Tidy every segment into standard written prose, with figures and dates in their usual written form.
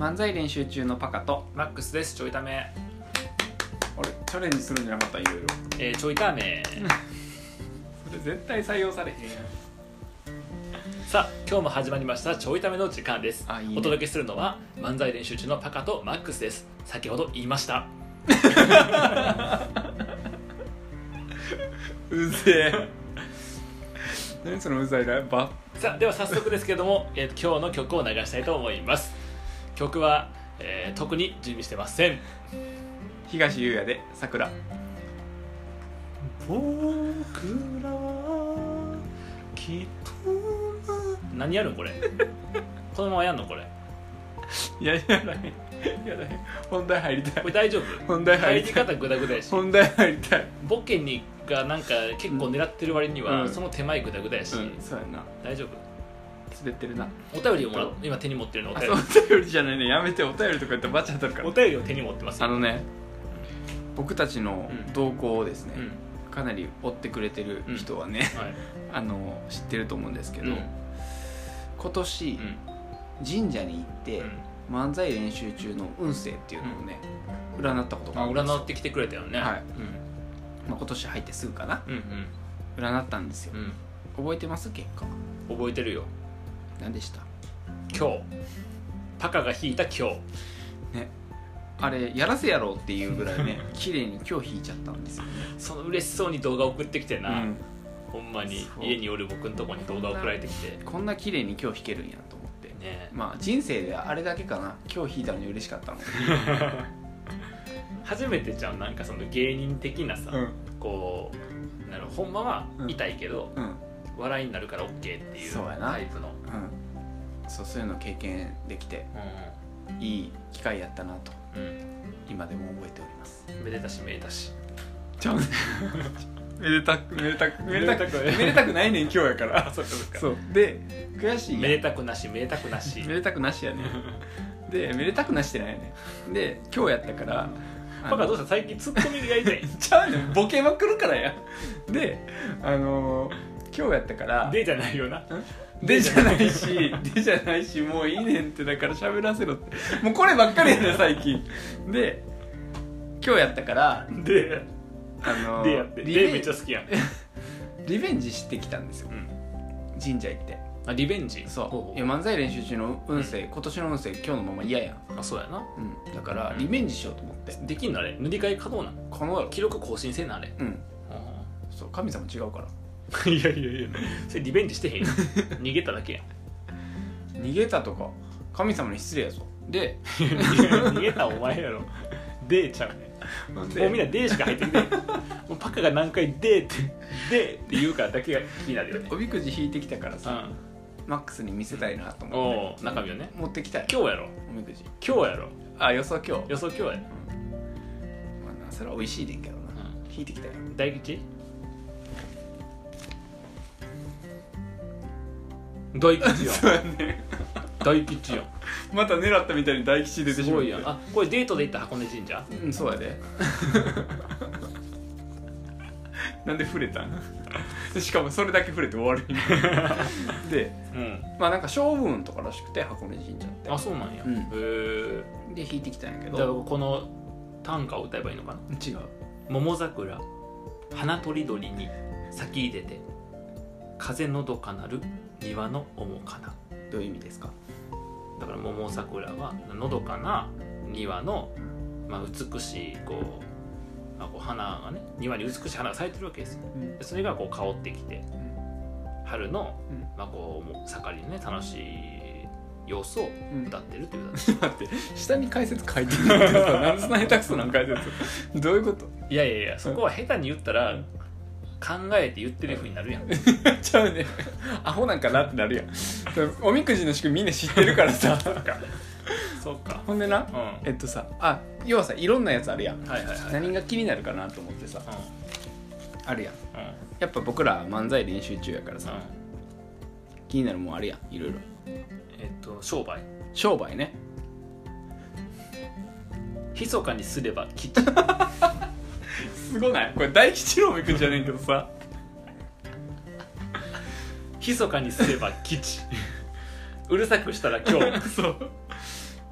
漫才練習中のパカとマックスです。ちょいため。 俺チャレンジするんじゃなかったいろいろ。 ちょいため。 それ絶対採用されへんやん。 さあ今日も始まりましたちょいための時間です。 いいね、 お届けするのは漫才練習中のパカとマックスです。先ほど言いました。 うぜえ。何そのうざいなば。 さあでは早速ですけれども、今日の曲を流したいと思います。曲は、特に準備してません。 東優也で桜。 僕らはきっと何やるんこれ。このままやんのこれ。 いやいやないやない。本題入りたい。 これ大丈夫？ 本題入りたい。 入り方グダグダやし。 本題入りたい。 ボケにがなんか結構狙ってる割には、 うん、 その手前グダグダやし、 そうやな。 大丈夫？ 滑ってるな。 お便りをもら今手に持ってるのお便り。 お便りじゃないね。やめて。お便りとか言ったらバチ当たるから。 お便りを手に持ってますよ。 僕たちの動向をですね、 うん、 かなり追ってくれてる人はね、はい、知ってると思うんですけど、今年、神社に行って、漫才練習中の運勢っていうのをね、占ったことがあるんですよ。 占ってきてくれたよね。 はい。今年入ってすぐかな、占ったんですよ。覚えてます？結果覚えてるよ。 何でした？ 今日パカが引いた今日ね。あれやらせやろうっていうぐらいね綺麗に今日引いちゃったんですよね。 その嬉しそうに動画送ってきてな、ほんまに家におる僕のとこに動画送られてきて、 こんな綺麗に今日弾けるんやと思って、 ね、 まあ人生であれだけかな、今日弾いたのに嬉しかったの初めてじゃん。なんかその芸人的なさ、こうなるほんまは痛いけど、笑いになるから OK っていうタイプの、そういうの経験できて、いい機会やったなと、今でも覚えております。 めでたしめでたしちゃうねめでたくないねん今日やからそうで悔しいやん。 めでたくなしめでたくなしめでたくなしやねんでめでたくなしてないねんで今日やったからパカどうした最近ツッコミがやりたいちゃうねんボケまくるからやで今日やったからでじゃないよなでじゃないしもういいねんって。だから喋らせろってもうこればっかりやねん最近で今日やったからでやってでめっちゃ好きやんリベンジしてきたんですよ、神社行って。 リベンジ。 そういや漫才練習中の運勢、今年の運勢今日のまま嫌やん。 そうやな、 だからリベンジしようと思って。 できんのあれ塗り替え可能なの？ 可能やろ。 記録更新せんなあれ。 そう神様違うからいやそれリベンジしてへんよ逃げただけやん。 逃げたとか神様に失礼やぞ。で逃げたお前やろ。でちゃうね。もうみんなでしか入ってきてもうパカが何回でって言うからだけが気になるよね。 おみくじ引いてきたからさ、マックスに見せたいなと思って、 中身をね持ってきたい。 今日やろ。 おみくじ今日やろ。 予想今日や、 まあな、それは美味しいねんけどな、引いてきたよ。 大吉大吉やん。 そうやね。 大吉やん。 また狙ったみたいに大吉出てしまう。 すごいやん。これデートで行った箱根神社？ そうやでなんで触れたんしかもそれだけ触れて終わるで、まあなんか勝負運とからしくて箱根神社って。 そうなんや。 で弾いてきたんやけど、 じゃあこの短歌を歌えばいいのかな？ 違う。 桃桜花とりどりに咲き出て風のどかなる庭の面かな。 どういう意味ですか？ だから桃桜はのどかな庭の、美しいこう花がね、庭に美しい花が咲いてるわけですよ、それがこう香ってきて、春の、こう盛りのね楽しい様子を歌ってるという待って下に解説書いてるんだけどさなんでそんな下手くそな解説どういうこと？ いやそこは下手に言ったら考えて言ってる風になるやんちゃうねアホなんかなってなるやんおみくじの仕組みみんな知ってるからさそうか。 ほんでな、要はさいろんなやつあるやん、何が気になるかなと思ってさ、あるやん、やっぱ僕ら漫才練習中やからさ、気になるもんあるやんいろいろ。商売ね。 密かにすれば吉すごない？これ大吉のおみくじじゃねえけどさ密かにすれば吉うるさくしたら今日そう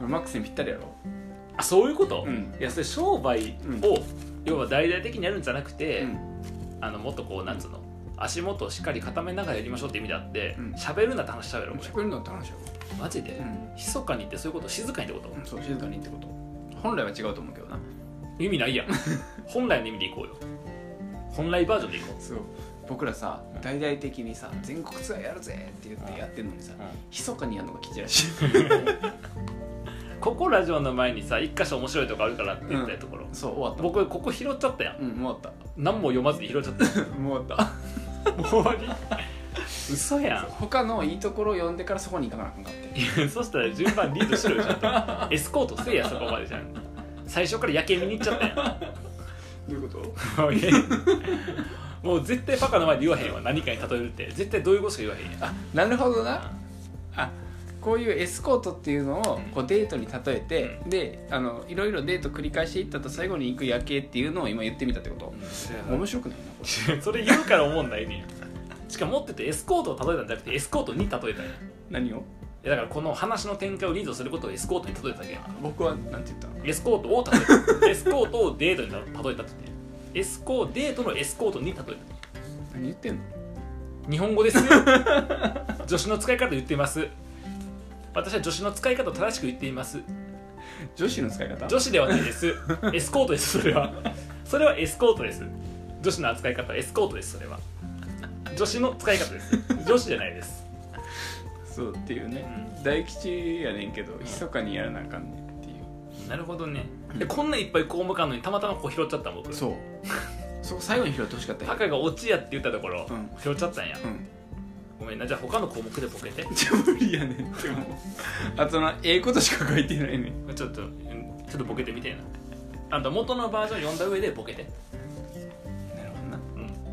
マックスにぴったりやろ。 あ、そういうこと、 うん、 いやそれ商売を、要は大々的にやるんじゃなくて、もっとこうなんつうの、足元をしっかり固めながらやりましょうって意味であって喋、るなって話しちゃうやろ。 喋るなって話やろマジで、密かにってそういうこと？静かにってこと？ そう、静かにってこと。本来は違うと思うけどな。 意味ないやん本来の意味でいこうよ。本来バージョンでいこう。 そう、僕らさ大々的にさ全国ツアーやるぜって言ってやってんのにさ、密かにやるのが吉らしいここラジオの前にさ一箇所面白いとこあるからって言ったところ、 そう終わった。 僕ここ拾っちゃったやん。 もう終わった。 何も読まずに拾っちゃったもう終わったもう終わり嘘やん。 他のいいところを読んでからそこに行かなあかんかって。 そしたら順番リードしろよちゃんとエスコートせえやそこまでじゃん。最初から夜景見に行っちゃったやん。 どういうこと？ もう絶対パカの前で言わへんわ。何かに例えるって絶対どういうことしか言わへんやん。 あ、なるほどな。あ、こういうエスコートっていうのをこうデートに例えて、でいろいろデート繰り返していったと最後に行く夜景っていうのを今言ってみたってこと、面白くないなこれそれ言うから思うんだよね。しかも持っててエスコートを例えたんじゃなくてエスコートに例えたんや。 何を？ いやだからこの話の展開をリードすることをエスコートに例えただけやん。 僕はなんて言ったの？ エスコートを例えたエスコートをデートに例えたって言ってデートのエスコートに例えた。 何言ってんの？ 日本語ですよ助詞の使い方言っています。私は助詞の使い方を正しく言っています。 女子の使い方？ 女子ではないですエスコートです。それはエスコートです。女子の扱い方はエスコートです。それは女子の使い方です。女子じゃないです。 そうっていうね、大吉やねんけど密かにやらなあかんねんっていう。 なるほどね。でこんないっぱい項目あるのにたまたまこう拾っちゃった僕。 そうそこ最後に拾ってほしかったよ。 パカがオチやって言ったところ、拾っちゃったんや、ごめんな。じゃあ他の項目でボケて。 無理やねんってもあとことしか書いてないねん。 ちょっとボケてみてえな。あんた元のバージョン読んだ上でボケて。 なるほどな。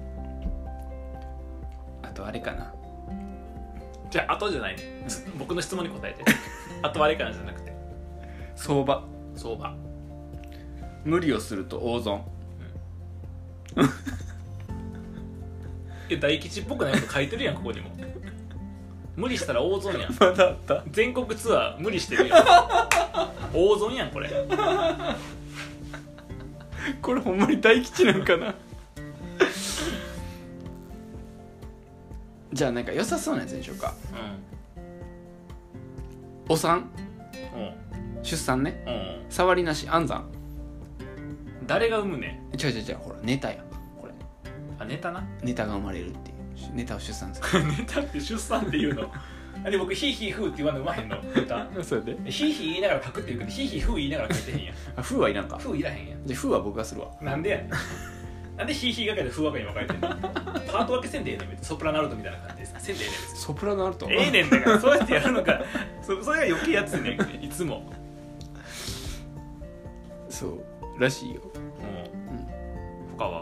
あとあれかな。 じゃあ後じゃないね、僕の質問に答えてあとあれかなじゃなくて相場無理をすると大損。 大吉っぽくないこと書いてるやんここにも。無理したら大損やん。 まだあった。 全国ツアー無理してるやん大損やんこれこれほんまに大吉なんかなじゃあなんか良さそうなやつにしようか。お産、出産ね、触りなし安産。 誰が産むねん。 違うほらネタやこれ。 あ、ネタな。 ネタが生まれるっていう。ネタを出産するネタって出産っていうのあれ僕ヒーヒーフーって言わんのうまへんのネタ。 それでヒーヒー言いながら書くって言うけどヒーヒーフー言いながら書いてへんやん。 あ、フーはいらんか。 フーいらへんやん。 じゃあフーは僕がするわ。 なんでやねんなんでヒーヒーがかりでフーわかりに分かれてんの。パート分けせんでええねん。ソプラノアルトみたいな感じです。せんでええねん別に。 ソプラノアルトええねんだからそうやってやるのかそれが余計やつねんいつも。 そうらしいよ。 他は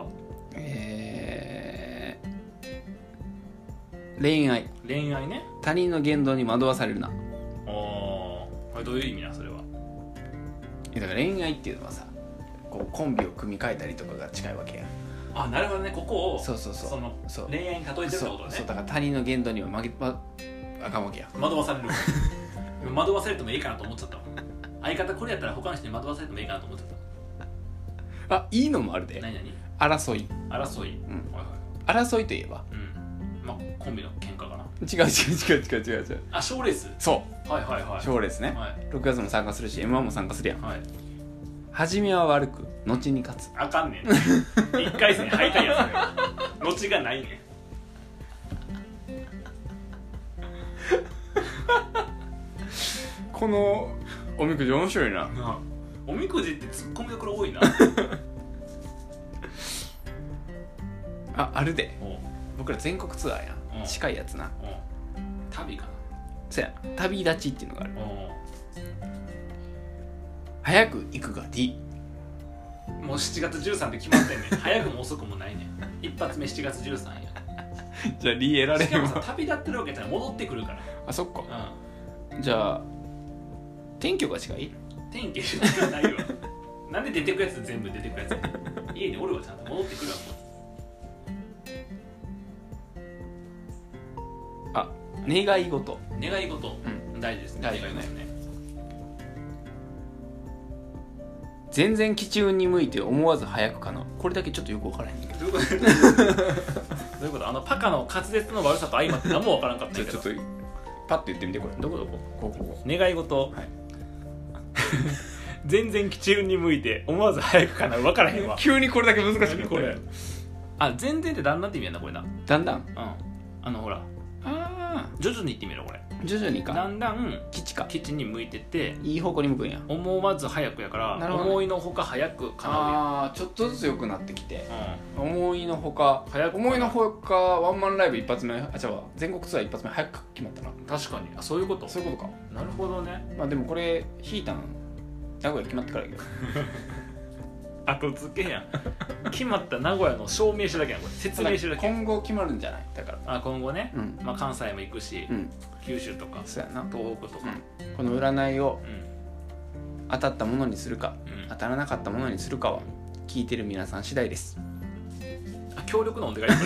恋愛ね。 他人の言動に惑わされるな。 あれどういう意味なそれは。 だから恋愛っていうのはさこうコンビを組み替えたりとかが近いわけや。 あ、なるほどね。ここをそう恋愛に例えてるってことね。 そうだから他人の言動にはあかんわけや。 惑わされる惑わされてもいいかなと思っちゃったもん。相方これやったら他の人に惑わされてもいいかなと思っちゃった。 あ、いいのもあるで。 何争い、争いといえば、 まあコンビの喧嘩かな。 違う。 あ、賞レース。 そうはい賞レースね、6月も参加するし M1 も参加するやん。初めは悪く後に勝つ。 あかんねん1回戦敗退やつね後がないねんこのおみくじ面白いな。 おみくじってツッコミどころ多いなあるで。僕ら全国ツアーやん。近いやつな。 旅かな。 そうやな、旅立ちっていうのがある。早く行くが D。 もう7月13って決まってんねん早くも遅くもないねん。一発目7月13やじゃあ D 得られへんわ。 しかもさ旅立ってるわけじゃない、戻ってくるから。 あ、そっか、じゃあ転居が近い。 転居しかないわなんで出てくやつ全部出てくやつ家におるわ。ちゃんと戻ってくるわ。 あ、願い事。 大事ですね。 大事よね。 全然吉運に向いて思わず早くかな。これだけちょっとよく分からへんけど。 どういうこと？パカの滑舌の悪さと相まって何も分からんかったけど。 ちょっとパッと言ってみてこれ。 どこ？ こ願い事。 はい。 全然吉運に向いて思わず早くかな。分からへんわ。 急にこれだけ難しくこれ。 全然ってだんだんって意味やなこれな。 だんだん。 ほら。徐々に言ってみろこれ。 徐々にか。 だんだん吉に向いてていい方向に向くんや。 思わず早くやから、思いのほか早く叶うやん。 ちょっとずつ良くなってきて、思いのほかワンマンライブ一発目全国ツアー一発目早く決まったな。 確かに。そういうことか。なるほどね。 でもこれ引いたん名古屋決まってからやけど後付けやん決まった名古屋の証明書だけやんこれ。説明書だけ。 今後決まるんじゃないだから。 今後ね、関西も行くし、九州とかそうやな、 東北とか、 この占いを当たったものにするか、当たらなかったものにするかは聞いてる皆さん次第です。 強力なお願いこれ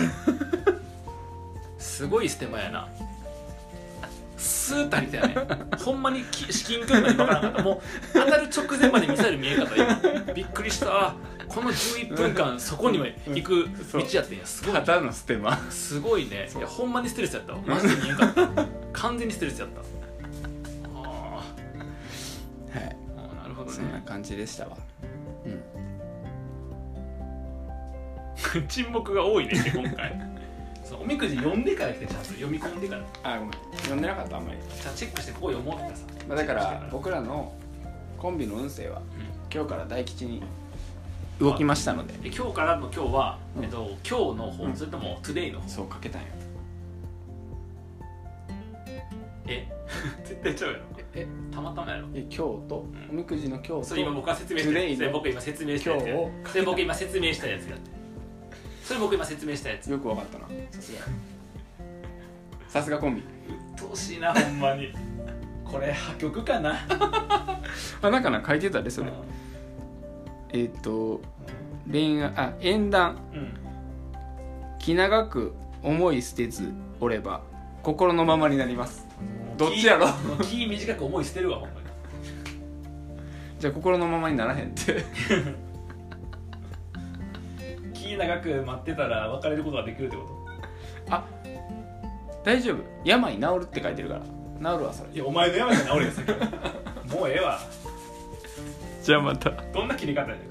すごいステマやな。スーッと入ってたよねほんまに至近距離まで分からなかった。もう当たる直前までミサイル見えんかった今。びっくりした。この11分間そこにも行く道やってんや。すごい。 ただのステマ。 すごいね。いやほんまにストレスやったわ。マジで見えんかった完全にストレスやった。 はい。 なるほどね。 そんな感じでしたわ。 沈黙が多いね今回おみくじ読んでから来て、ちゃんと読み込んでから。 ごめん読んでなかった。あんまりじゃあチェックしてここ読もうってさ。 だから僕らのコンビの運勢は、今日から大吉に動きましたので。 今日からの今日は、今日の方、それともトゥデイの方。 そうかけたんよ。 絶対ちゃうやろ。たまたまやろ。 今日とおみくじの今日と、 それ今僕が説明してる。それ僕今説明したやつや。それ僕今説明したやつやって。それ僕今説明したやつ。 よくわかったな。さすがコンビ。 うっとうしいなほんまにこれ破局かななんか書いてたでそれ。恋愛縁談、気長く思い捨てずおれば心のままになります。どっちやろ気短く思い捨てるわほんまに。 じゃあ心のままにならへんって気長く待ってたら別れることができるってこと。 大丈夫。病治るって書いてるから治るわそれ。 いやお前の病が治るやつもうええわ。 じゃあまた。 どんな切り方やねん